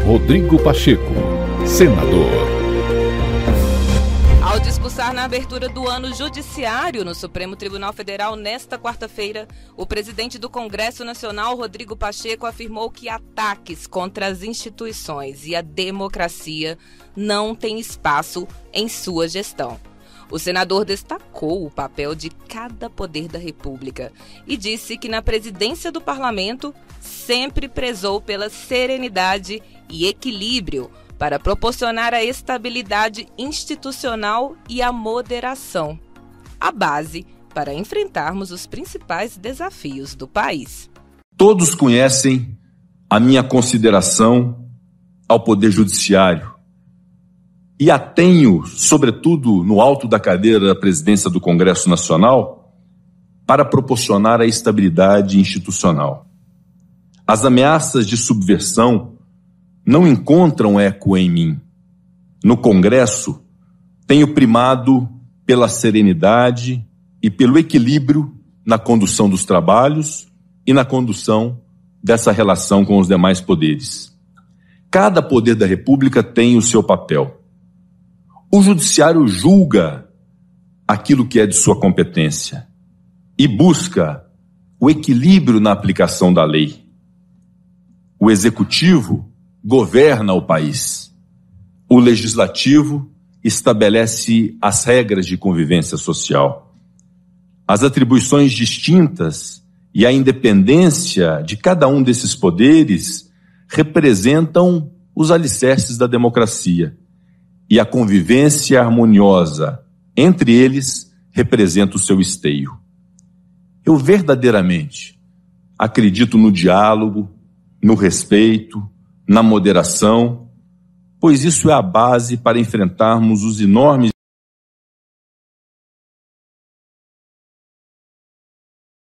Rodrigo Pacheco, senador. Ao discursar na abertura do ano judiciário no Supremo Tribunal Federal nesta quarta-feira, o presidente do Congresso Nacional, Rodrigo Pacheco, afirmou que ataques contra as instituições e a democracia não têm espaço em sua gestão. O senador destacou o papel de cada poder da República e disse que na presidência do parlamento sempre prezou pela serenidade e equilíbrio para proporcionar a estabilidade institucional e a moderação, a base para enfrentarmos os principais desafios do país. Todos conhecem a minha consideração ao Poder Judiciário e a tenho, sobretudo, no alto da cadeira da presidência do Congresso Nacional para proporcionar a estabilidade institucional. As ameaças de subversão não encontram eco em mim. No Congresso, tenho primado pela serenidade e pelo equilíbrio na condução dos trabalhos e na condução dessa relação com os demais poderes. Cada poder da República tem o seu papel. O Judiciário julga aquilo que é de sua competência e busca o equilíbrio na aplicação da lei. O Executivo governa o país. O Legislativo estabelece as regras de convivência social. As atribuições distintas e a independência de cada um desses poderes representam os alicerces da democracia. E a convivência harmoniosa entre eles representa o seu esteio. Eu verdadeiramente acredito no diálogo, no respeito, na moderação, pois isso é a base para enfrentarmos os enormes